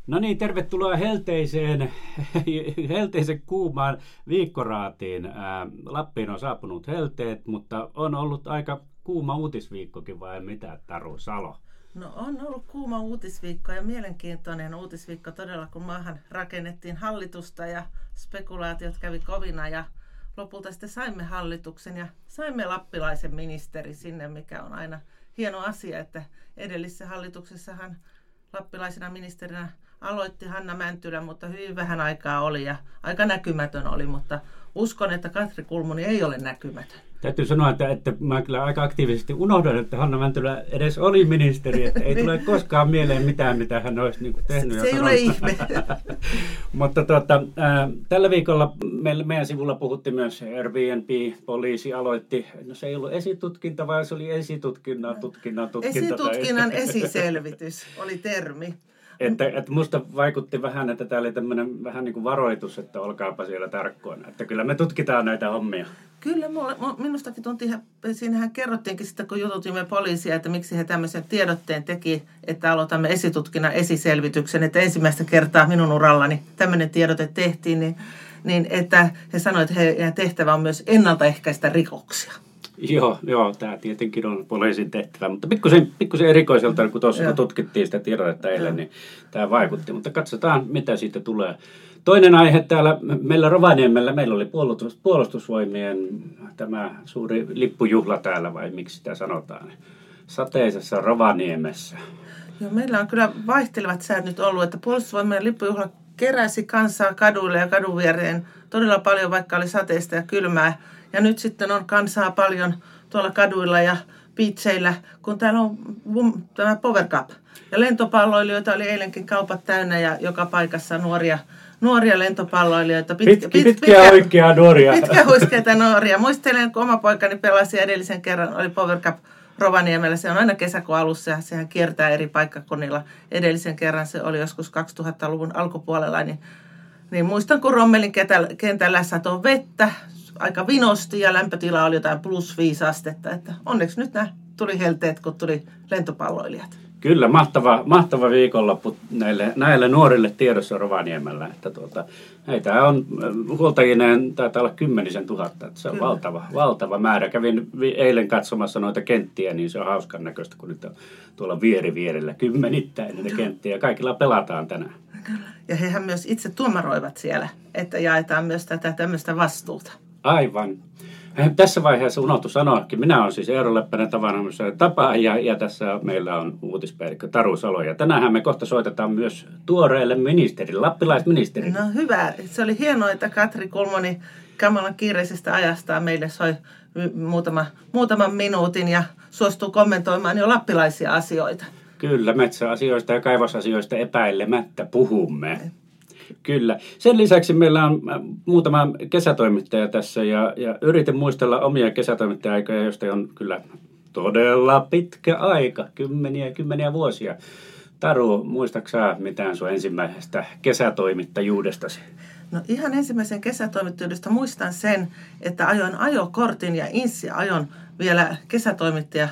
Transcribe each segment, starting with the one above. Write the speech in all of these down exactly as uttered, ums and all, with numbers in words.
No niin, tervetuloa helteiseen, helteisen kuumaan viikkoraatiin. Ää, Lappiin on saapunut helteet, mutta on ollut aika kuuma uutisviikkokin, vai mitä, Taru Salo? No on ollut kuuma uutisviikko ja mielenkiintoinen uutisviikko todella, kun maahan rakennettiin hallitusta ja spekulaatiot kävi kovina ja lopulta sitten saimme hallituksen ja saimme lappilaisen ministeri sinne, mikä on aina hieno asia, että edellisessä hallituksessahan lappilaisena ministerinä aloitti Hanna Mäntylä, mutta hyvin vähän aikaa oli ja aika näkymätön oli, mutta uskon, että Katri Kulmuni ei ole näkymätön. Täytyy sanoa, että, että mä kyllä aika aktiivisesti unohdan, että Hanna Mäntylä edes oli ministeri, että ei tule koskaan mieleen mitään, mitä hän olisi niin kuin tehnyt. Se, se ei ole ihme. Mutta tuota, äh, tällä viikolla me, meidän sivulla puhuttiin myös Airbnb, poliisi aloitti, no se ei ollut esitutkinta, vaan se oli esitutkinnan tutkinnan tutkinta. Esitutkinnan esiselvitys oli termi. Että, että musta vaikutti vähän, että tämä oli tämmöinen vähän niin kuin varoitus, että olkaapa siellä tarkkoina. Että kyllä me tutkitaan näitä hommia. Kyllä, mulle, minustakin tunti, siinähän kerrottiinkin sitten, kun jututimme poliisia, että miksi he tämmöisen tiedotteen teki, että aloitamme esitutkinnan esiselvityksen, että ensimmäistä kertaa minun urallani tämmöinen tiedote tehtiin, niin, niin että he sanoivat, että heidän tehtävä on myös ennaltaehkäistä rikoksia. Joo, joo, tämä tietenkin on poliisin tehtävä, mutta pikkusen, pikkusen erikoiselta, kun tuossa kun tutkittiin sitä tiedotetta eilen, niin tämä vaikutti. Mutta katsotaan, mitä siitä tulee. Toinen aihe täällä meillä Rovaniemellä, meillä oli puolustus, puolustusvoimien tämä suuri lippujuhla täällä, vai miksi sitä sanotaan, sateisessa Rovaniemessä. Joo, meillä on kyllä vaihtelevat säät nyt ollut, että puolustusvoimien lippujuhla keräsi kansaa kaduille ja kadun viereen todella paljon, vaikka oli sateista ja kylmää. Ja nyt sitten on kansaa paljon tuolla kaduilla ja beacheillä, kun täällä on tämä Power Cup. Ja lentopalloilijoita oli eilenkin kaupat täynnä ja joka paikassa nuoria, nuoria lentopalloilijoita. Pit, Pit, pitkä, pitkä oikeaa nuoria. Pitkä huiskeita nuoria. Muistelen, kun oma poikani pelasi edellisen kerran, oli Power Cup Rovaniemellä. Se on aina kesäkuun alussa ja sehän kiertää eri paikkakunnilla. Edellisen kerran se oli joskus kaksituhattaluvun alkupuolella. Niin, niin muistan, kun Rommelin kentällä satoi vettä. Aika vinosti ja lämpötila oli jotain plus viisi astetta. Että onneksi nyt nämä tuli helteet, kun tuli lentopalloilijat. Kyllä, mahtava, mahtava viikonloppu näille, näille nuorille tiedossa Rovaniemellä. Että tuota, heitä on huoltajineen, taitaa olla kymmenisen tuhatta. Että se on valtava, valtava määrä. Kävin eilen katsomassa noita kenttiä, niin se on hauskan näköistä, kun nyt on tuolla vieri vierellä kymmenittäin niitä kenttiä. Kaikilla pelataan tänään. Kyllä. Ja hehän myös itse tuomaroivat siellä, että jaetaan myös tätä tämmöistä vastuuta. Aivan. Tässä vaiheessa unohtui sanoakin. Minä olen siis Eero Leppänen tavanomaisen tapaa ja, ja tässä meillä on uutispäällikkö Taru Salo. Ja tänään me kohta soitetaan myös tuoreelle ministerille, lappilaisministerille. No hyvä. Se oli hienoa, että Katri Kulmuni kamalan kiireisestä ajastaan meille soi muutama, muutaman minuutin ja suostuu kommentoimaan jo lappilaisia asioita. Kyllä, metsäasioista ja kaivosasioista epäilemättä puhumme. Kyllä. Sen lisäksi meillä on muutama kesätoimittaja tässä ja, ja yritin muistella omia kesätoimittaja-aikoja, joista on kyllä todella pitkä aika, kymmeniä kymmeniä vuosia. Taru, muistatko sä mitään sun ensimmäisestä kesätoimittajuudestasi? No ihan ensimmäisen kesätoimittajuudesta muistan sen, että ajoin ajokortin ja inssi ajon vielä kesätoimittaja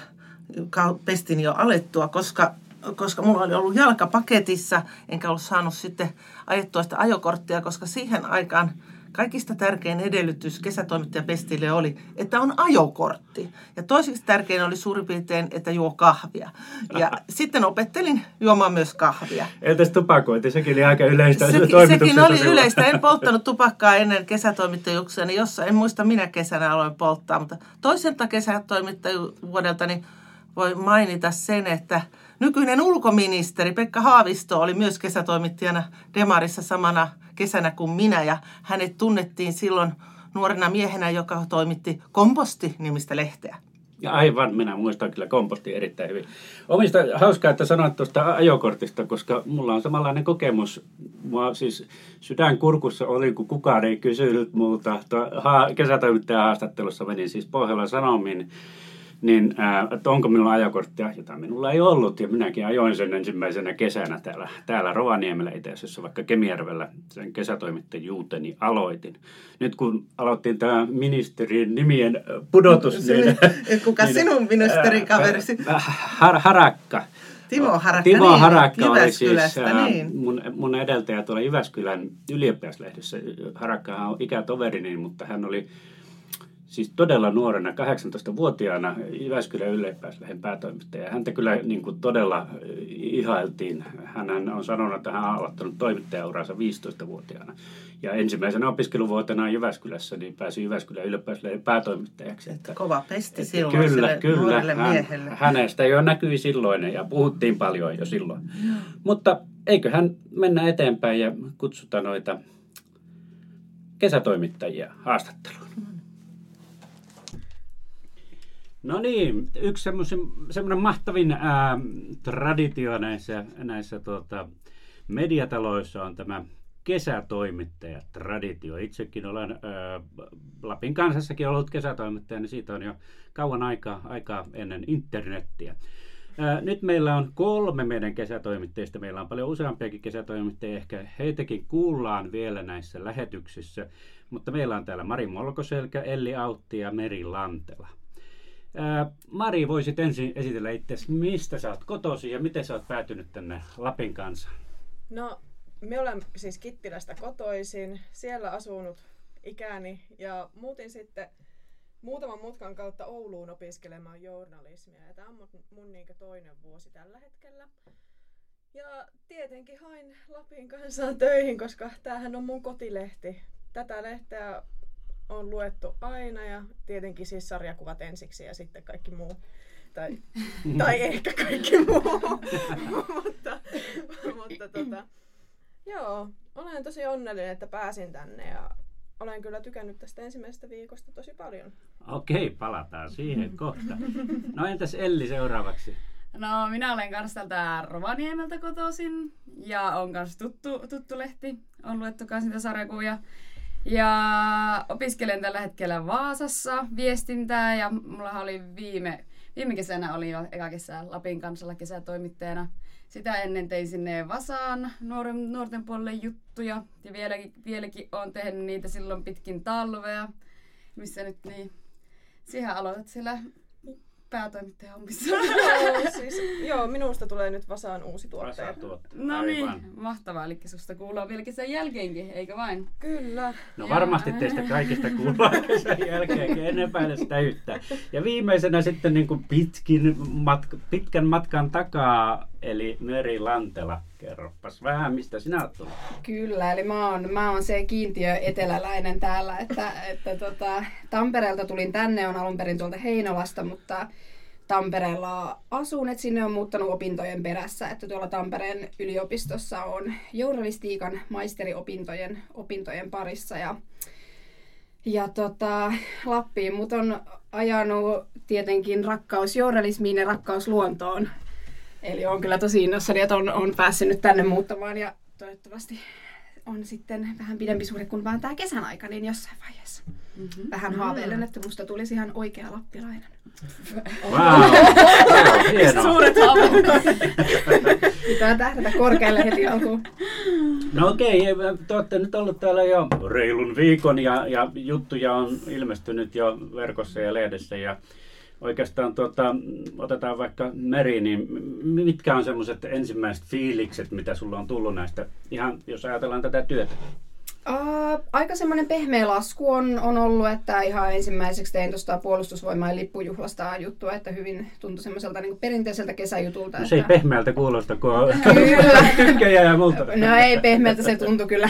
pestin jo alettua, koska koska mulla oli ollut jalka paketissa, enkä ollut saanut sitten ajettua sitä ajokorttia, koska siihen aikaan kaikista tärkein edellytys kesätoimittajapestille oli, että on ajokortti. Ja toiseksi tärkein oli suurin piirtein, että juo kahvia. Ja sitten opettelin juomaan myös kahvia. Entäs tupakointi? Sekin oli aika yleistä. Sekin, sekin oli yleistä. En polttanut tupakkaa ennen kesätoimittajuuksia, niin jossa, en muista minä kesänä aloin polttaa, mutta toiselta kesätoimittajuudelta niin voi mainita sen, että nykyinen ulkoministeri Pekka Haavisto oli myös kesätoimittajana Demarissa samana kesänä kuin minä ja hänet tunnettiin silloin nuorena miehenä, joka toimitti Komposti-nimistä lehteä. Ja aivan, minä muistan kyllä Komposti erittäin hyvin. Omista hauskaa, että sanoit tuosta ajokortista, koska mulla on samanlainen kokemus. Mua siis sydän kurkussa oli, kun kukaan ei kysynyt multa. Kesätoimittajan haastattelussa menin siis Pohjolan Sanomiin. Niin, ää, että onko minulla ajokorttia, jota minulla ei ollut, ja minäkin ajoin sen ensimmäisenä kesänä täällä, täällä Rovaniemellä itse asiassa, vaikka Kemijärvellä sen kesätoimittajuuteni aloitin. Nyt kun aloittiin tämä ministerin nimien pudotus, niin... Kuka niin, sinun ministerikaverisi? Har, harakka. Timo Harakka, Timo niin, Harakka oli siis niin. mun, mun edeltäjä tuolla Jyväskylän ylioppilaslehdessä. Harakkahan on ikätoverini, mutta hän oli siis todella nuorena, kahdeksantoistavuotiaana Jyväskylän ylioppilaslehden päätoimittaja. Häntä kyllä niin kuin todella ihailtiin. Hän on sanonut, että hän on aloittanut toimittajauransa viisitoistavuotiaana. Ja ensimmäisenä opiskeluvuotena Jyväskylässä niin pääsi Jyväskylän ylioppilaslehden päätoimittajaksi. Että kova pesti että silloin kyllä, sille kyllä. nuorelle Hän, miehelle. Hänestä jo näkyi silloin ja puhuttiin paljon jo silloin. Mm. Mutta eiköhän mennä eteenpäin ja kutsuta noita kesätoimittajia haastatteluun. Mm. No niin, yksi semmoinen mahtavin ää, traditio näissä, näissä tuota, mediataloissa on tämä kesätoimittaja-traditio. Itsekin olen ää, Lapin Kansassakin ollut kesätoimittaja, niin siitä on jo kauan aikaa, aikaa ennen internettiä. Ää, nyt meillä on kolme meidän kesätoimittajista. Meillä on paljon useampiakin kesätoimittajia. Ehkä heitäkin kuullaan vielä näissä lähetyksissä. Mutta meillä on täällä Mari Molkoselkä, Elli Autti ja Meri Lantela. Ää, Mari, voisit ensin esitellä itsesi, mistä sä oot kotoisin ja miten sä oot päätynyt tänne Lapin Kansaan? No, me olen siis Kittilästä kotoisin, siellä asunut ikäni ja muutin sitten muutaman mutkan kautta Ouluun opiskelemaan journalismia. Ja tämä on mun, mun niin toinen vuosi tällä hetkellä. Ja tietenkin hain Lapin Kansaan töihin, koska tämähän on mun kotilehti. Tätä lehteä on luettu aina ja tietenkin siis sarjakuvat ensiksi ja sitten kaikki muu. Tai, tai ehkä kaikki muu. mutta mutta tota, joo, olen tosi onnellinen, että pääsin tänne ja olen kyllä tykännyt tästä ensimmäisestä viikosta tosi paljon. Okei, palataan siihen kohta. No entäs Elli seuraavaksi? No minä olen kanssa täältä Rovaniemeltä kotoisin ja on kanssa tuttu, tuttu lehti. On luettu kanssa niitä sarjakuvia. Ja opiskelen tällä hetkellä Vaasassa viestintää ja mulla oli viime, viime kesänä oli jo eka kesä Lapin Kansalla kesätoimittajana. Sitä ennen tein sinne Vasaan nuoren, nuorten puolelle juttuja ja vieläkin, vieläkin olen tehnyt niitä silloin pitkin talvea, missä nyt niin, siihen aloitat siellä päätoimittajan hommissa. Joo, siis, joo, minusta tulee nyt Vasaan uusi tuottaja. No niin, mahtavaa. Eli susta kuullaan vielä kesän jälkeenkin, eikö vain? Kyllä. No varmasti teistä kaikista kuullaan kesän jälkeenkin, en epäile sitä yhtään. Ja viimeisenä sitten niin kuin pitkin matka, pitkän matkan takaa, eli Meri Lantela. Kerropas vähän, mistä sinä olet tullut. Kyllä, eli mä oon, mä oon se kiintiö eteläläinen täällä, että, että tota, Tampereelta tulin tänne, on alun perin tuolta Heinolasta, mutta Tampereella asun, että sinne on muuttanut opintojen perässä, että tuolla Tampereen yliopistossa on journalistiikan maisteriopintojen opintojen parissa ja, ja tota, Lappiin mut on ajanut tietenkin rakkaus journalismiin ja rakkaus luontoon. Eli on kyllä tosi innoissani, että on, on päässyt nyt tänne muuttamaan ja toivottavasti on sitten vähän pidempi suhde kuin vaan tämä kesän aika, niin jossain vaiheessa. Mm-hmm. Vähän haaveilen, että musta tulisi ihan oikea lappilainen. Wow. Hienoa. Suuret haaveet. Pitää tähdätä korkealle heti alkuun. No okei, te olette nyt ollut täällä jo reilun viikon ja, ja juttuja on ilmestynyt jo verkossa ja lehdessä ja oikeastaan tuota, otetaan vaikka Meri, niin mitkä on semmoiset ensimmäiset fiilikset, mitä sulla on tullut näistä, ihan jos ajatellaan tätä työtä? Uh, aika semmoinen pehmeä lasku on, on ollut, että ihan ensimmäiseksi tein tuosta puolustusvoimain lippujuhlasta juttua, että hyvin tuntui semmoiselta niin kuin perinteiseltä kesäjutulta. No se että... ei pehmeältä kuulosta, kun on tykkejä ja muuta. No ei pehmeältä, se tuntui kyllä.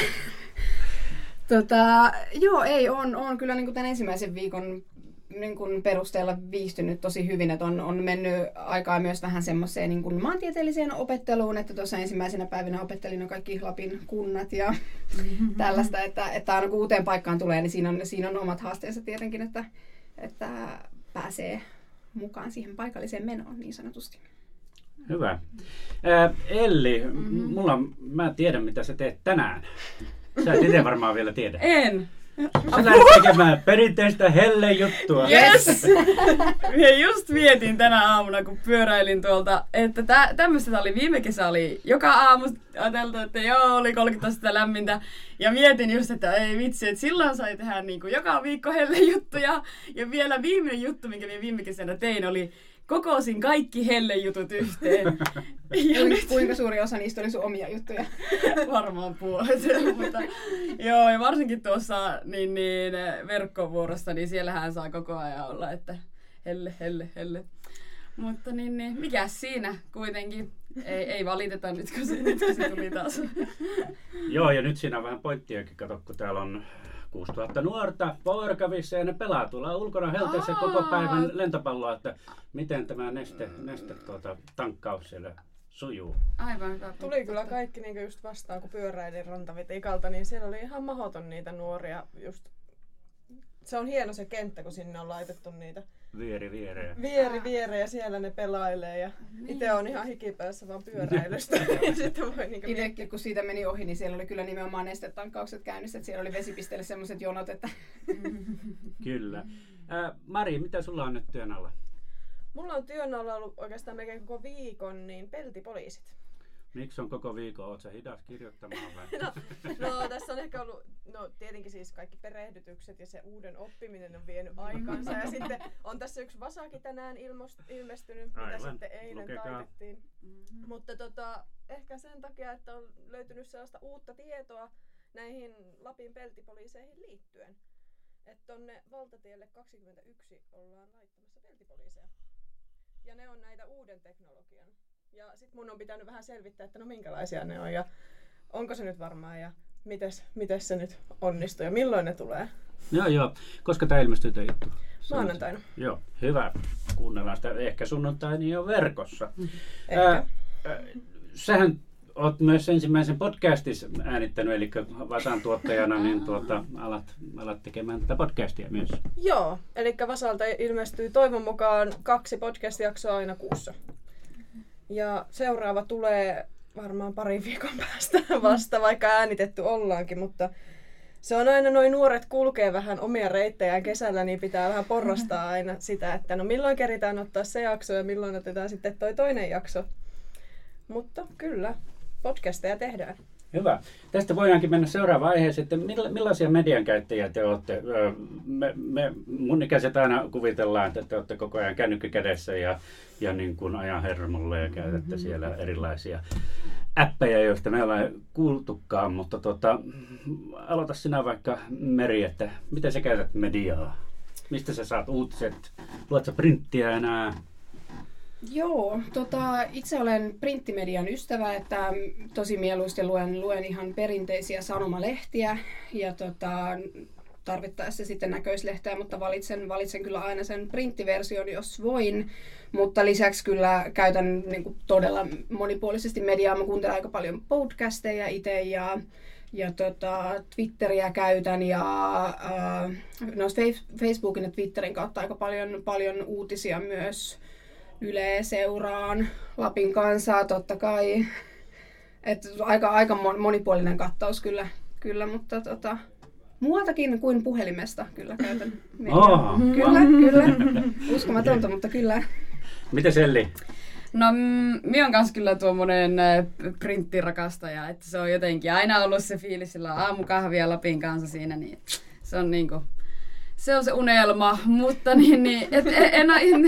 tota, joo, ei, on, on kyllä niin kuin tämän ensimmäisen viikon niin kuin perusteella viihtynyt tosi hyvin, että on, on mennyt aikaa myös vähän semmoiseen niin kuin maantieteelliseen opetteluun, että tuossa ensimmäisenä päivinä opettelin jo kaikki Lapin kunnat ja mm-hmm. tällaista, että, että aina kun uuteen paikkaan tulee, niin siinä on, siinä on omat haasteensa tietenkin, että, että pääsee mukaan siihen paikalliseen menoon niin sanotusti. Hyvä. Ää, Elli, mm-hmm. mulla, mä tiedän mitä sä teet tänään. Sä et itse varmaan vielä tiedä. En. Sä lähdet tekemään perinteistä hellejuttua. Yes! Minä just mietin tänä aamuna, kun pyöräilin tuolta, että tä, tämmöistä oli viime kesä, oli joka aamu ajateltu, että joo, oli kolmekymmentä astetta lämmintä. Ja mietin just, että ei vitsi, että silloin sai tehdä niin kuin joka viikko hellejuttuja. Ja vielä viimeinen juttu, minkä minä viime kesänä tein, oli kokosin kaikki hellejutut yhteen. Ja Kuinka, nyt, kuinka suuri osa niistä oli sun omia juttuja? varmaan puolet. Mutta, joo, ja varsinkin tuossa niin, niin, verkkovuorossa, niin siellähän saa koko ajan olla, että helle, helle, helle. Mutta niin, niin, mikäs siinä kuitenkin? Ei, ei valiteta nyt, kun se, nyt, kun se tuli taas. Joo, ja nyt siinä on vähän pointtiakin. Kato, kun täällä on kuusituhatta nuorta Powercupissa ja ne pelaa tuolla ulkona helteessä koko päivän lentopalloa, että miten tämä neste, neste tuota, tankkaus siellä sujuu. Aivan hyvä. Tuli kyllä kaikki niin just vastaan, kun pyöräilin Rantavitikalta, niin siellä oli ihan mahdoton niitä nuoria. Just. Se on hieno se kenttä, kun sinne on laitettu niitä Vieri viereen. vieri viereen ja siellä ne pelailee. Ja itse on ihan hikipäässä vaan pyöräilystä. Sitten voi niinku Itsekin kun siitä meni ohi, niin siellä oli kyllä nimenomaan nestetankkaukset käynnissä. Että siellä oli vesipisteelle sellaiset jonot, että... Kyllä. Ää, Mari, mitä sulla on nyt työn alla? Mulla on työn alla ollut oikeastaan melkein koko viikon niin peltipoliisit. Miksi on koko viikon? Oot sä hidas kirjoittamaan vai? No, no tässä on ehkä ollut, no tietenkin siis kaikki perehdytykset ja se uuden oppiminen on vienyt aikansa. Ja sitten on tässä yksi Vasakin tänään ilmost, ilmestynyt, mitä Aivan. sitten eilen Lukekaa. taitettiin. Mm-hmm. Mutta tota, ehkä sen takia, että on löytynyt sellaista uutta tietoa näihin Lapin peltipoliiseihin liittyen. Että tonne valtatielle kaksikymmentäyksi ollaan laittamassa peltipoliiseja. Ja ne on näitä uuden teknologian. Ja sit mun on pitänyt vähän selvittää, että no minkälaisia ne on ja onko se nyt varmaan ja mites, mites se nyt onnistuu ja milloin ne tulee. Joo, joo. Koska tämä ilmestyy tämä juttu? Maanantaina. Joo, hyvä. Kuunnellaan sitä ehkä sunnuntaina jo verkossa. Ehkä. Ää, ää, sähän oot myös ensimmäisen podcastin äänittänyt, eli Vasan tuottajana, niin tuota, alat, alat tekemään tätä podcastia myös. Joo, eli Vasalta ilmestyy toivon mukaan kaksi podcast-jaksoa aina kuussa. Ja seuraava tulee varmaan parin viikon päästä vasta, vaikka äänitetty ollaankin, mutta se on aina noin nuoret kulkee vähän omia reittejään kesällä, niin pitää vähän porrastaa aina sitä, että no milloin keritään ottaa se jakso ja milloin otetaan sitten toi toinen jakso. Mutta kyllä, podcasteja tehdään. Hyvä. Tästä voidaankin mennä seuraavaan aiheeseen, että millaisia median käyttäjiä te olette? Me, me, mun ikäiset aina kuvitellaan, että te olette koko ajan kännykkä kädessä ja, ja niin kuin ajan hermolle ja käytätte siellä erilaisia appeja, joista me ollaan kuultukaan, mutta tota, aloita sinä vaikka Meri, että miten sä käytät mediaa? Mistä sä saat uutiset? Luot sä printtiä enää? Joo, tota, itse olen printtimedian ystävä, että tosi mieluusti luen, luen ihan perinteisiä sanomalehtiä ja tota, tarvittaessa sitten näköislehteä, mutta valitsen, valitsen kyllä aina sen printtiversion, jos voin. Mutta lisäksi kyllä käytän niin kuin todella monipuolisesti mediaa. Mä kuuntelen aika paljon podcasteja itse ja, ja tota, Twitteriä käytän ja äh, no, Facebookin ja Twitterin kautta aika paljon, paljon uutisia myös. Yle seuraan, Lapin Kansaa totta kai. Et aika, aika monipuolinen kattaus kyllä, kyllä mutta tota, muualtakin kuin puhelimesta kyllä käytän mediaa. Oh, kyllä, kyllä. Uskomatonta, mutta kyllä. Miten Elli? No, minä on kanssa kyllä tuommoinen printtirakastaja, että se on jotenkin aina ollut se fiilis, sillä aamukahvia Lapin Kansa siinä, niin se on niinku... Se on se unelma, mutta niin, niin et, en, en,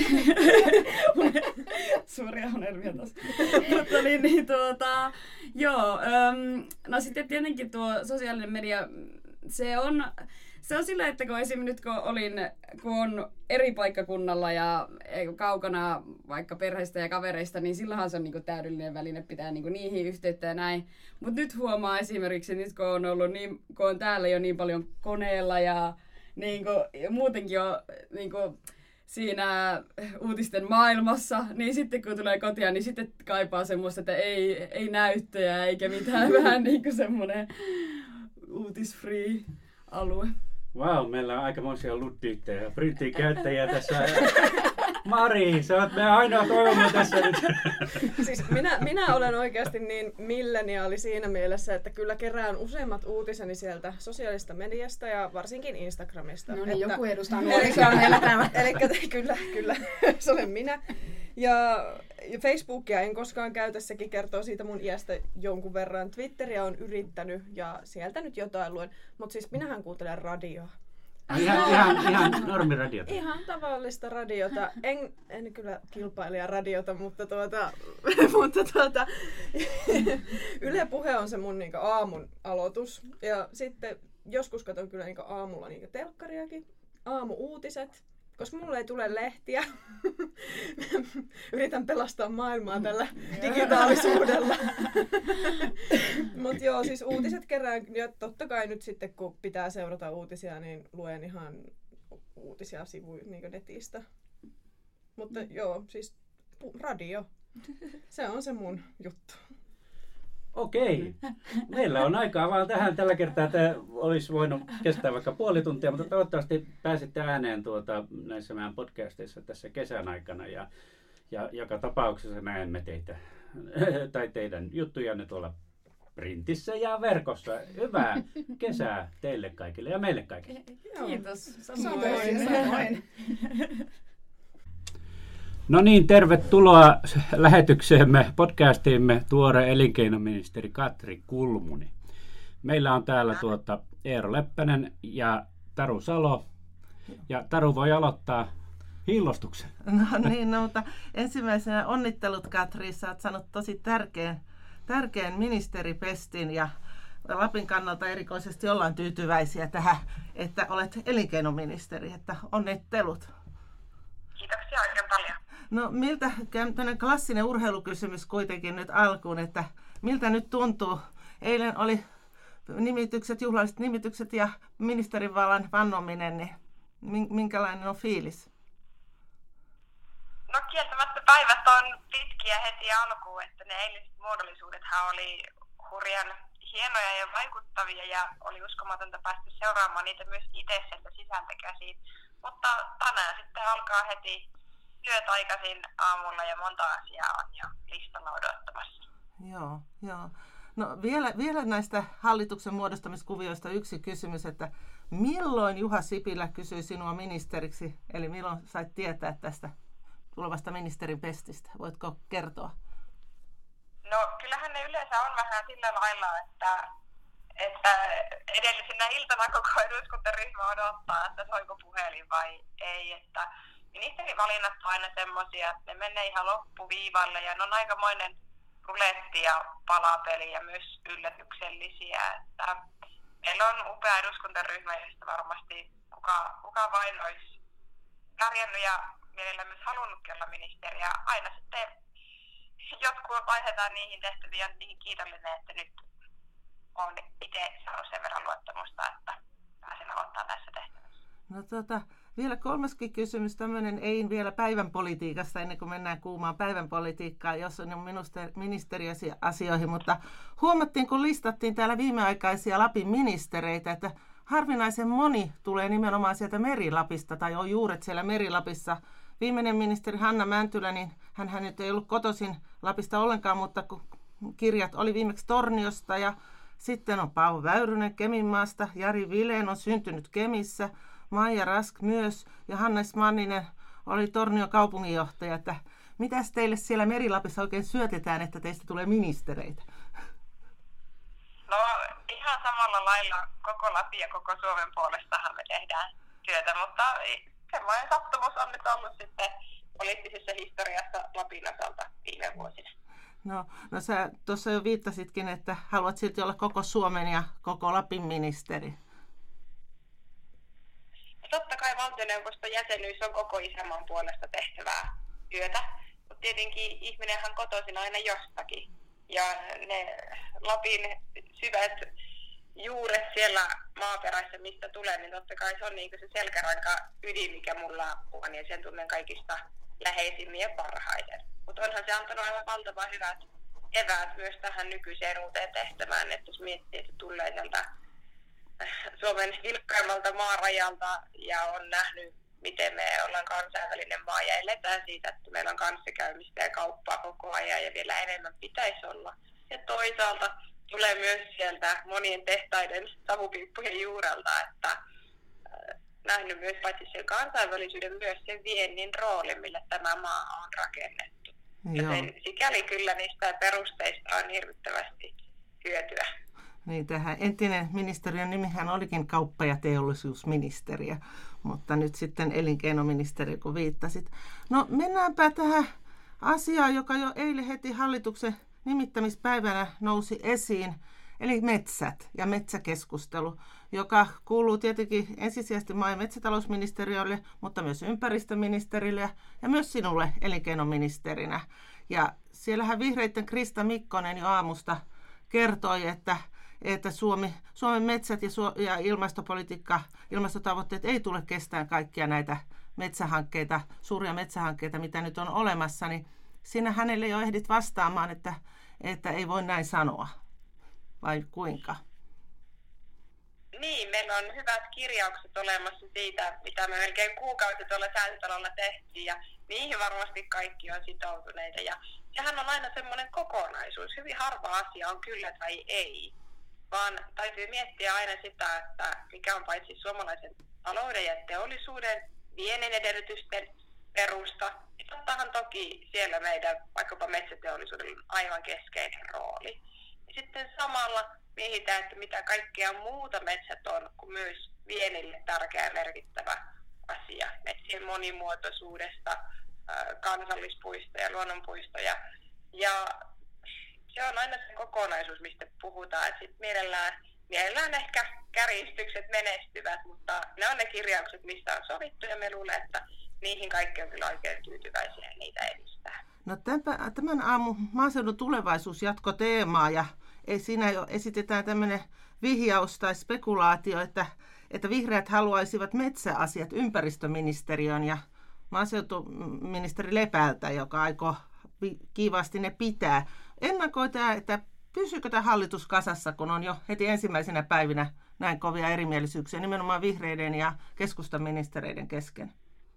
suuria unelmia taas. Mutta niin, niin tuota, joo, äm, no sitten tietenkin tuo sosiaalinen media, se on, se on sillä, että kun esimerkiksi nyt kun olin, kun on eri paikkakunnalla ja kaukana vaikka perheistä ja kavereista, niin silloinhan se on niinku täydellinen väline pitää niinku niihin yhteyttä ja näin. Mutta nyt huomaa esimerkiksi, nyt kun on ollut niin, kun on täällä jo niin paljon koneella ja Niin kuin, ja muutenkin on niin kuin, siinä uutisten maailmassa, niin sitten kun tulee kotia, niin sitten kaipaa semmoista, että ei, ei näyttöjä eikä mitään, vähän niin kuin semmoinen uutisfree alue. Wow, meillä on aikamoisia luddiitteja ja printin käyttäjiä tässä. Mari, sä oot meidän ainoa toivomme tässä nyt. Siis minä, minä olen oikeasti niin milleniaali siinä mielessä, että kyllä kerään useimmat uutiseni sieltä sosiaalista mediasta ja varsinkin Instagramista. No niin, että, joku edustaa nuorisoa meillä täällä. Eli kyllä, kyllä, se olen minä. Ja Facebookia en koskaan käytä, sekin kertoo siitä mun iästä jonkun verran. Twitteriä on yrittänyt ja sieltä nyt jotain luen. Mutta siis minähän kuuntelen radioa. Ihan, ihan, ihan normiradiota. Ihan tavallista radiota. En, en kyllä kilpailijaradiota, mutta, tuota, mutta tuota, Yle Puhe on se mun niinku aamun aloitus. Ja sitten joskus katson kyllä niinku aamulla niinku telkkariakin. Aamu-uutiset, koska mulle ei tule lehtiä. Yritän pelastaa maailmaa tällä digitaalisuudella. Mutta joo, siis uutiset kerään. Ja totta kai nyt sitten, kun pitää seurata uutisia, niin luen ihan uutisia sivuja niin netistä. Mutta joo, siis radio. Se on se mun juttu. Okei. Meillä on aikaa vaan tähän. Tällä kertaa tämä olisi voinut kestää vaikka puoli tuntia, mutta toivottavasti pääsitte ääneen tuota, näissä meidän podcasteissa tässä kesän aikana. Ja, ja joka tapauksessa näemme teitä tai teidän juttujanne tuolla printissä ja verkossa. Hyvää kesää teille kaikille ja meille kaikille. Kiitos. Samoin. Samoin. No niin, tervetuloa lähetykseemme, podcastiimme tuore elinkeinoministeri Katri Kulmuni. Meillä on täällä tuota Eero Leppänen ja Taru Salo. Ja Taru voi aloittaa hiillostuksen. No niin, no, mutta ensimmäisenä onnittelut Katri, sä oot saanut tosi tärkeän, tärkeän ministeripestin ja Lapin kannalta erikoisesti ollaan tyytyväisiä tähän, että olet elinkeinoministeri, että onnittelut. Kiitoksia oikein paljon. No miltä, tämmöinen klassinen urheilukysymys kuitenkin nyt alkuun, että miltä nyt tuntuu? Eilen oli nimitykset, juhlalliset nimitykset ja ministerivallan vannominen, niin minkälainen on fiilis? No kieltämättä päivät on pitkiä heti alkuun, että ne eiliset muodollisuudethan oli hurjan hienoja ja vaikuttavia ja oli uskomatonta päästä seuraamaan niitä myös itse sieltä sisältä käsiin. Mutta tänään sitten alkaa heti työt aikaisin aamulla ja monta asiaa on jo listalla odottamassa. Joo, joo. No vielä, vielä näistä hallituksen muodostamiskuvioista yksi kysymys, että milloin Juha Sipilä kysyi sinua ministeriksi, eli milloin sait tietää tästä tulevasta ministerin pestistä? Voitko kertoa? No kyllähän ne yleensä on vähän sillä lailla, että, että edellisenä iltana koko eduskuntaryhmä odottaa, että soiko puhelin vai ei. Että ministerivalinnat on aina semmoisia, että ne menee ihan loppuviivalle ja ne on aikamoinen ruletti ja palapeli ja myös yllätyksellisiä. Että meillä on upea eduskuntaryhmä, josta varmasti kuka, kuka vain olisi pärjännyt ja mielellä myös halunnutkin olla ministeri. Ja aina sitten jotkut vaihdetaan niihin tehtäviin ja niihin kiitollinen, että nyt olen itse saanut sen verran luottamusta, että pääsen aloittaa tässä tehtävässä. No tota, vielä kolmaskin kysymys, tämmöinen ei vielä päivän politiikasta ennen kuin mennään kuumaan päivän politiikkaan, jos on ministeriasioihin, mutta huomattiin, kun listattiin täällä viimeaikaisia Lapin ministereitä, että harvinaisen moni tulee nimenomaan sieltä Meri-Lapista tai on juuret siellä Meri-Lapissa. Viimeinen ministeri Hanna Mäntylä, niin hän nyt ei ollut kotoisin Lapista ollenkaan, mutta kun kirjat oli viimeksi Torniosta ja sitten on Paavo Väyrynen Keminmaasta, Jari Vilén on syntynyt Kemissä, Maija Rask myös ja Hannes Manninen oli Tornion kaupunginjohtaja. Että mitäs teille siellä Meri-Lapissa oikein syötetään, että teistä tulee ministereitä? No ihan samalla lailla koko Lapin ja koko Suomen puolestahan me tehdään työtä, mutta semmoinen sattumus on nyt ollut sitten poliittisessa historiassa Lapin osalta viime vuosina. No, no sä tuossa jo viittasitkin, että haluat silti olla koko Suomen ja koko Lapin ministeri. Totta kai valtioneuvoston jäsenyys on koko isänmaan puolesta tehtävää työtä, mutta tietenkin ihminenhän kotoisin aina jostakin. Ja ne Lapin syvät juuret siellä maaperässä, mistä tulee, niin totta kai se on niin kuin se selkäranka ydin, mikä mulla on, ja sen tunnen kaikista läheisimmin ja parhaiten. Mutta onhan se antanut aivan valtavan hyvät eväät myös tähän nykyiseen uuteen tehtävään, että jos miettii, että tulee sieltä Suomen vilkkaimmalta maarajalta ja on nähnyt, miten me ollaan kansainvälinen maa ja eletään siitä, että meillä on kanssakäymistä ja kauppaa koko ajan ja vielä enemmän pitäisi olla. Ja toisaalta tulee myös sieltä monien tehtaiden savupiippujen juurelta, että nähnyt myös paitsi sen kansainvälisyyden, myös sen viennin roolin, millä tämä maa on rakennettu. Joten sikäli kyllä niistä perusteista on hirvittävästi hyötyä. Niin, tähän entinen ministeriön nimihän olikin kauppa- ja teollisuusministeriö, mutta nyt sitten elinkeinoministeri, kun viittasit. No mennäänpä tähän asiaan, joka jo eilen heti hallituksen nimittämispäivänä nousi esiin, eli metsät ja metsäkeskustelu, joka kuuluu tietenkin ensisijaisesti maa- ja metsätalousministeriölle, mutta myös ympäristöministerille ja myös sinulle elinkeinoministerinä. Ja siellähän vihreiden Krista Mikkonen jo aamusta kertoi, että, että Suomi, Suomen metsät ja, su- ja ilmastopolitiikka, ilmastotavoitteet ei tule kestämään kaikkia näitä metsähankkeita, suuria metsähankkeita, mitä nyt on olemassa, niin siinä hänelle jo ehdit vastaamaan, että, että ei voi näin sanoa. Vai kuinka? Niin, meillä on hyvät kirjaukset olemassa siitä, mitä me melkein kuukausi tuolla Säätytalolla tehtiin, ja niihin varmasti kaikki on sitoutuneita. Ja sehän on aina semmoinen kokonaisuus. Hyvin harva asia on kyllä tai ei, vaan täytyy miettiä aina sitä, että mikä on paitsi suomalaisen talouden ja teollisuuden viennin edellytysten perusta. Tottahan toki siellä meidän vaikkapa metsäteollisuudella on aivan keskeinen rooli. Ja sitten samalla mietitään, että mitä kaikkea muuta metsät on, kuin myös viennille tärkeä ja merkittävä asia. Metsien monimuotoisuudesta, kansallispuistoja, luonnonpuistoja. Ja se on aina se kokonaisuus, mistä puhutaan. Että sit mielellään, mielellään ehkä kärjistykset menestyvät, mutta ne on ne kirjaukset, mistä on sovittu, ja me luulen, että niihin kaikki on kyllä oikein tyytyväisiä ja niitä edistää. No tämän, tämän aamun maaseudun tulevaisuus jatko teemaa, ja ei siinä jo esitetään tämmöinen vihjaus tai spekulaatio, että, että vihreät haluaisivat metsäasiat ympäristöministeriön ja maaseutuministeri Lepältä, joka aikoo kiivaasti ne pitää. Ennakoitaan, että pysyykö tämä hallitus kasassa, kun on jo heti ensimmäisenä päivinä näin kovia erimielisyyksiä nimenomaan vihreiden ja keskustaministereiden kesken?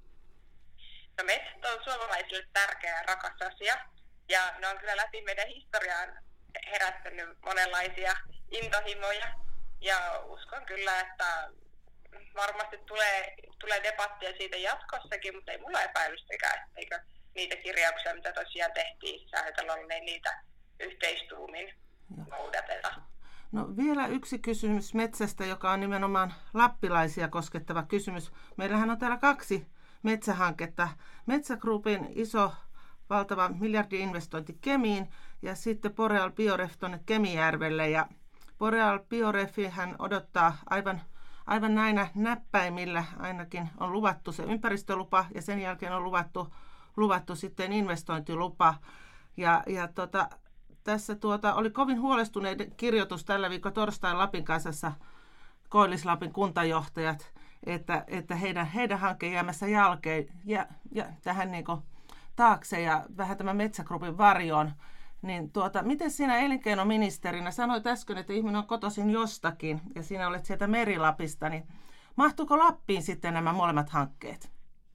No, metsät on suomalaisille tärkeä ja rakas asia, ja ne on kyllä läpi meidän historiaan herättänyt monenlaisia intohimoja, ja uskon kyllä, että varmasti tulee, tulee debattia siitä jatkossakin, mutta ei mulla epäilystäkään, eikö niitä kirjauksia, mitä tosiaan tehtiin Säätytalolla, niin niitä yhteistuumin noudateta. No vielä yksi kysymys metsästä, joka on nimenomaan lappilaisia koskettava kysymys. Meillähän on täällä kaksi metsähanketta. Metsä Groupin iso, valtava miljardi-investointi Kemiin ja sitten Boreal Bioref tuonne Kemijärvelle. Ja Boreal Biorefi hän odottaa aivan, aivan näinä näppäimillä, ainakin on luvattu se ympäristölupa ja sen jälkeen on luvattu, luvattu sitten investointilupa. Ja, ja tota, tässä tuota, oli kovin huolestuneiden kirjoitus tällä viikolla torstain Lapin Kansassa Koillis-Lapin kuntajohtajat, että, että heidän, heidän hankkeen jäämässä jälkeen ja, ja tähän niin kuin taakse ja vähän tämän Metsä Groupin varjoon. Niin tuota, miten sinä elinkeinoministerinä sanoit äsken, että ihminen on kotoisin jostakin ja sinä olet sieltä Merilapista, niin mahtuuko Lappiin sitten nämä molemmat hankkeet?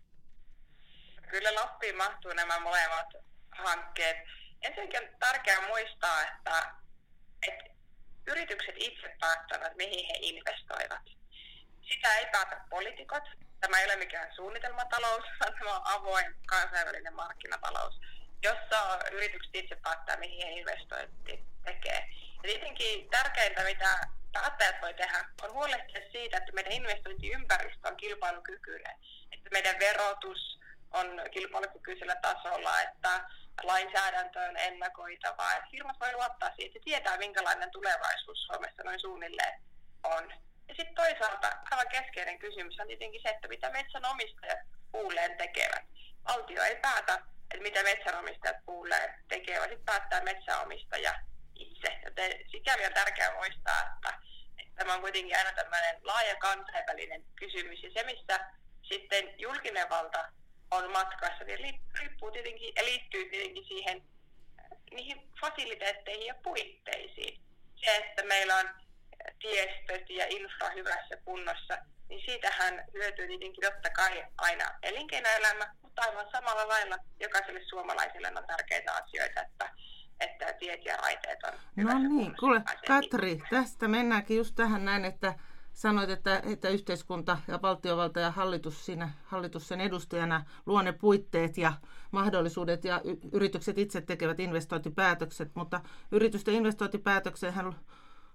Kyllä Lappiin mahtuu nämä molemmat hankkeet. Ensinnäkin on tärkeää muistaa, että, että yritykset itse päättävät, mihin he investoivat. Sitä ei päätä poliitikot. Tämä ei ole mikään suunnitelmatalous, vaan tämä on avoin kansainvälinen markkinatalous, jossa yritykset itse päättää, mihin he investointi tekee. Ja tietenkin tärkeintä, mitä päättäjät voi tehdä, on huolehtia siitä, että meidän investointiympäristö on kilpailukykyinen, että meidän verotus on kilpailukykyisellä tasolla, että lainsäädäntö on ennakoitavaa, että firmat voi luottaa siihen, että tietää, minkälainen tulevaisuus Suomessa noin suunnilleen on. Ja sitten toisaalta aivan keskeinen kysymys on tietenkin se, että mitä metsänomistajat puulleen tekevät. Valtio ei päätä, että mitä metsänomistajat puulleen tekevät, sitten päättää metsänomistaja itse. Joten sikäli on tärkeää muistaa, että, että tämä on kuitenkin aina tämmöinen laaja kansainvälinen kysymys. Ja se, missä sitten julkinen valta on matkassa, niin riippuu tietenkin ja liittyy tietenkin siihen, niihin fasiliteetteihin ja puitteisiin. Se, että meillä on tiestöt ja infra hyvässä kunnossa, niin siitähän hyötyy tietenkin totta kai aina elinkeinoelämä, mutta aivan samalla lailla jokaiselle suomalaiselle on tärkeitä asioita, että, että tiet ja raiteet on hyvässä No niin, kunnossa. kuule Katri, tästä mennäänkin just tähän näin, että sanoit, että, että yhteiskunta ja valtiovalta ja hallitus siinä, hallitus sen edustajana luo ne puitteet ja mahdollisuudet ja y- yritykset itse tekevät investointipäätökset, mutta yritysten investointipäätöksenhän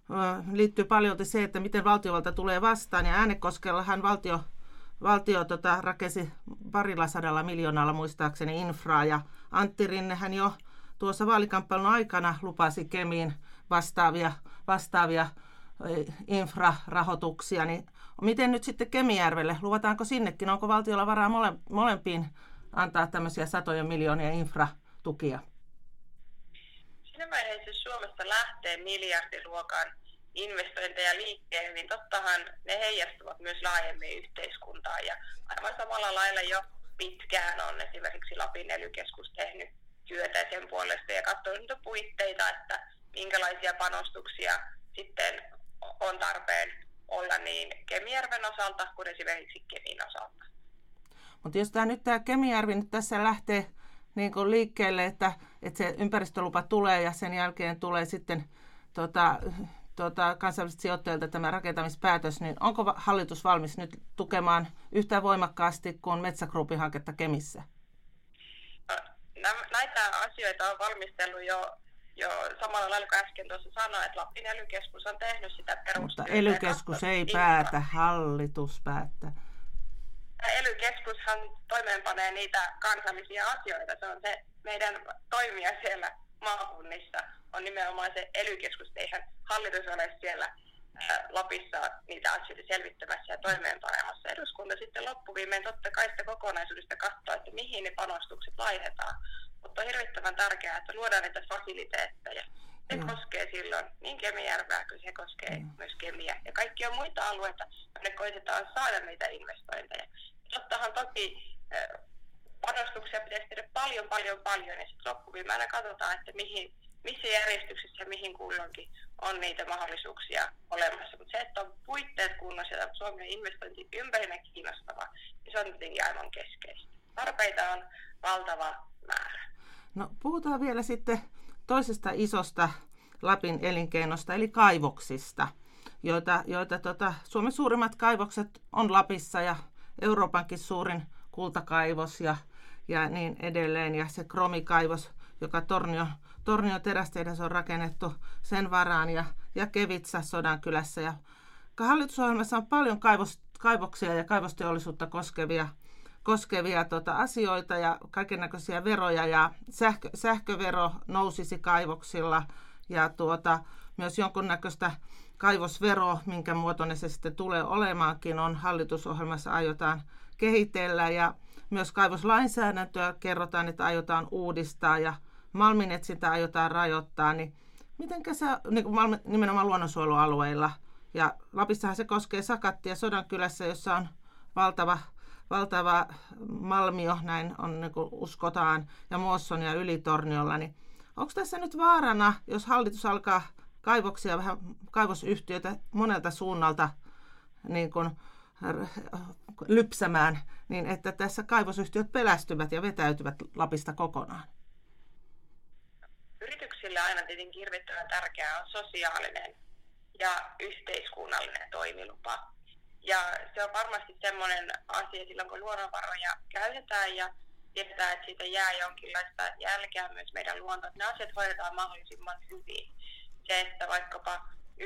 liittyy paljolti se, että miten valtiovalta tulee vastaan. Ja Äänekoskellahan valtio, valtio tota, rakensi parilla sadalla miljoonalla muistaakseni infraa. Ja Antti Rinnehän jo tuossa vaalikamppailun aikana lupasi Kemiin vastaavia, vastaavia infrarahoituksia. Niin miten nyt sitten Kemijärvelle? Luvataanko sinnekin? Onko valtiolla varaa mole, molempiin antaa tämmöisiä satoja miljoonia infratukia? Siinä vaiheessa Suomesta lähtee miljardiluokan investointeja liikkeelle, niin tottahan ne heijastuvat myös laajemmin yhteiskuntaan. Ja aivan samalla lailla jo pitkään on esimerkiksi Lapin ely-keskus tehnyt työtä sen puolesta ja katsonut niitä puitteita, että minkälaisia panostuksia sitten on tarpeen olla niin Kemijärven osalta kuin esimerkiksi Kemin osalta. Mutta jos tämä nyt tämä Kemijärvi nyt tässä lähtee niin kuin liikkeelle, että, että se ympäristölupa tulee ja sen jälkeen tulee sitten tota, tota, kansainväliset sijoittajilta tämä rakentamispäätös, niin onko hallitus valmis nyt tukemaan yhtä voimakkaasti kuin Metsä Groupin hanketta Kemissä? Näitä asioita on valmistellut jo, jo samalla lailla kuin äsken tuossa sanoin, että Lapin ely-keskus on tehnyt sitä perustyötä. Mutta ely-keskus ei päätä, hallitus päättää. Ely-keskushan toimeenpanee niitä kansallisia asioita. Se on se meidän toimija siellä maakunnissa. On nimenomaan se ely-keskus. Eihän hallitus ole siellä ää, Lapissa niitä asioita selvittämässä ja toimeenpanemassa. Eduskunta sitten loppuviimein totta kai sitä kokonaisuudesta katsoo, että mihin ne panostukset laitetaan. Mutta on hirvittävän tärkeää, että luodaan niitä fasiliteetteja. Se mm. koskee silloin niin Kemijärveä kuin se koskee mm. myös Kemiä. Ja kaikkia muita alueita, jonne koitetaan saada niitä investointeja. Tottahan toki panostuksia pitäisi tehdä paljon, paljon, paljon. Ja sitten loppuviimein katsotaan, että mihin, missä järjestyksessä ja mihin kulloinkin on niitä mahdollisuuksia olemassa. Mutta se, että on puitteet kunnossa ja Suomen investointi ympärinä kiinnostava, niin se on tietenkin aivan keskeistä. Tarpeita on valtava määrä. No puhutaan vielä sitten toisesta isosta Lapin elinkeinosta, eli kaivoksista, joita, joita tota, Suomen suurimmat kaivokset on Lapissa ja Euroopankin suurin kultakaivos ja, ja niin edelleen. Ja se kromikaivos, joka Tornio, Tornio terästehdas on rakennettu sen varaan ja, ja Kevitsa Sodankylässä. Ja hallitusohjelmassa on paljon kaivos, kaivoksia ja kaivosteollisuutta koskevia koskevia tota, asioita ja kaikennäköisiä veroja ja sähkö, sähkövero nousisi kaivoksilla ja tuota, myös jonkunnäköistä kaivosvero, minkä muotoinen se sitten tulee olemaankin, on hallitusohjelmassa aiotaan kehitellä ja myös kaivoslainsäädäntöä kerrotaan, että aiotaan uudistaa ja malminetsintä aiotaan rajoittaa, niin mitenkä se niin kuin malmi, nimenomaan luonnonsuojelualueilla ja Lapissahan se koskee Sakattia Sodankylässä, jossa on valtava valtava malmio, näin on, niin kuin uskotaan, ja Muosson ja Ylitorniolla, niin onko tässä nyt vaarana, jos hallitus alkaa kaivoksia, vähän kaivosyhtiöitä monelta suunnalta niin kuin lypsämään, niin että tässä kaivosyhtiöt pelästyvät ja vetäytyvät Lapista kokonaan? Yrityksille aina tietenkin hirvittävän tärkeää on sosiaalinen ja yhteiskunnallinen toimilupa. Ja se on varmasti semmoinen asia silloin, kun luonnonvaroja käytetään ja tiedetään, että siitä jää jonkinlaista jälkeä myös meidän luontoon, että ne asiat hoidetaan mahdollisimman hyvin. Se, että vaikkapa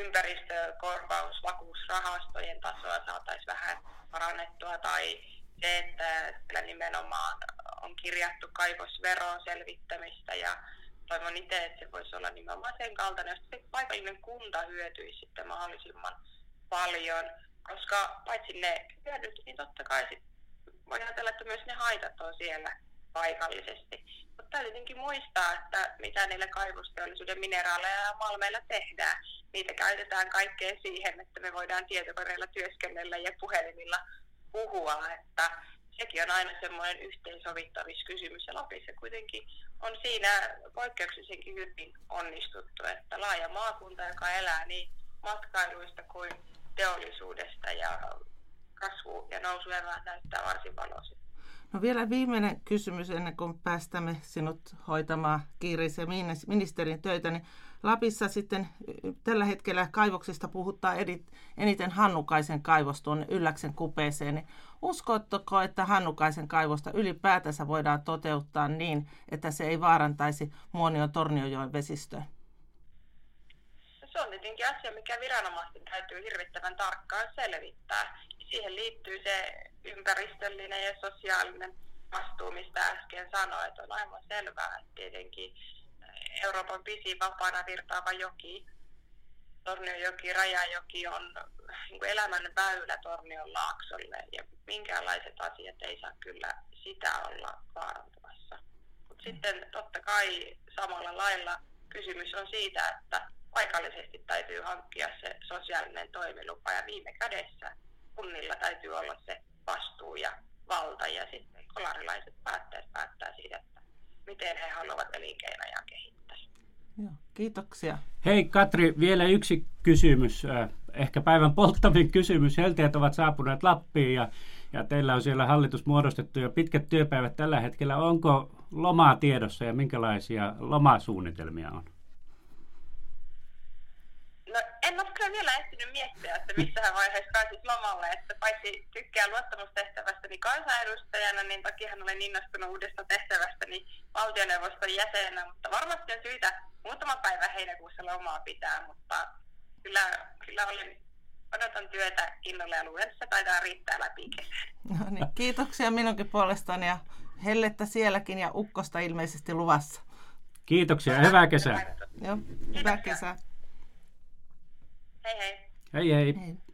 ympäristökorvausvakuusrahastojen tasoa saataisiin vähän parannettua tai se, että siellä nimenomaan on kirjattu kaivosveron selvittämistä ja toivon itse, että se voisi olla nimenomaan sen kaltainen, että paikallinen kunta hyötyisi sitten mahdollisimman paljon. Koska paitsi ne hyödyt, niin totta kai sit voi ajatella, että myös ne haitat on siellä paikallisesti. Mutta täytyy tietenkin muistaa, että mitä niillä kaivosteollisuuden mineraaleilla ja malmeilla tehdään. Niitä käytetään kaikkeen siihen, että me voidaan tietokoneilla työskennellä ja puhelimilla puhua. Että sekin on aina semmoinen yhteensovittamiskysymys. Ja Lapissa kuitenkin on siinä poikkeuksellisenkin hyvin onnistuttu, että laaja maakunta, joka elää niin matkailuista kuin teollisuudesta ja kasvu- ja nousueväät näyttää varsin valoisilta. No vielä viimeinen kysymys ennen kuin päästämme sinut hoitamaan kiireisiä ministerin töitä. Niin Lapissa sitten tällä hetkellä kaivoksista puhuttaa eniten Hannukaisen kaivos tuonne Ylläksen kupeeseen. Niin uskotteko, että Hannukaisen kaivosta ylipäätänsä voidaan toteuttaa niin, että se ei vaarantaisi Muonion Tornionjoen vesistöä? se on tietenkin asia, mikä viranomaisten täytyy hirvittävän tarkkaan selvittää. Siihen liittyy se ympäristöllinen ja sosiaalinen vastuu, mistä äsken sanoin, että on aivan selvää, että tietenkin Euroopan pisin vapaana virtaava joki, Tornionjoki, Rajajoki on niin kuin elämän väylä Tornion laaksolle ja minkäänlaiset asiat ei saa kyllä sitä olla vaarantumassa. Mutta sitten totta kai samalla lailla kysymys on siitä, että paikallisesti täytyy hankkia se sosiaalinen toimilupa ja viime kädessä kunnilla täytyy olla se vastuu ja valta ja sitten kolarilaiset päättäjät päättää siitä, että miten he haluavat elinkeinoja kehittää. Joo, kiitoksia. Hei Katri, vielä yksi kysymys, ehkä päivän polttavin kysymys. Helteet ovat saapuneet Lappiin ja, ja teillä on siellä hallitus muodostettu jo pitkät työpäivät tällä hetkellä. Onko lomaa tiedossa ja minkälaisia lomasuunnitelmia on? No en ole kyllä vielä ehtinyt miettiä, että missähän vaiheessa pääsit lomalle, että paitsi tykkää luottamustehtävästäni kansanedustajana, niin tokihan olen innostunut uudesta tehtävästäni valtioneuvoston jäsenenä, mutta varmasti on syytä muutama päivä heinäkuussa lomaa pitää, mutta kyllä, kyllä olen, odotan työtä innolla ja luulen, että se taitaa riittää läpi kesän. No niin, kiitoksia minunkin puolestani ja hellettä sielläkin ja ukkosta ilmeisesti luvassa. Kiitoksia ja hyvää kesää. Joo, hyvää kesää. Hei hei. Hei hei. Hei.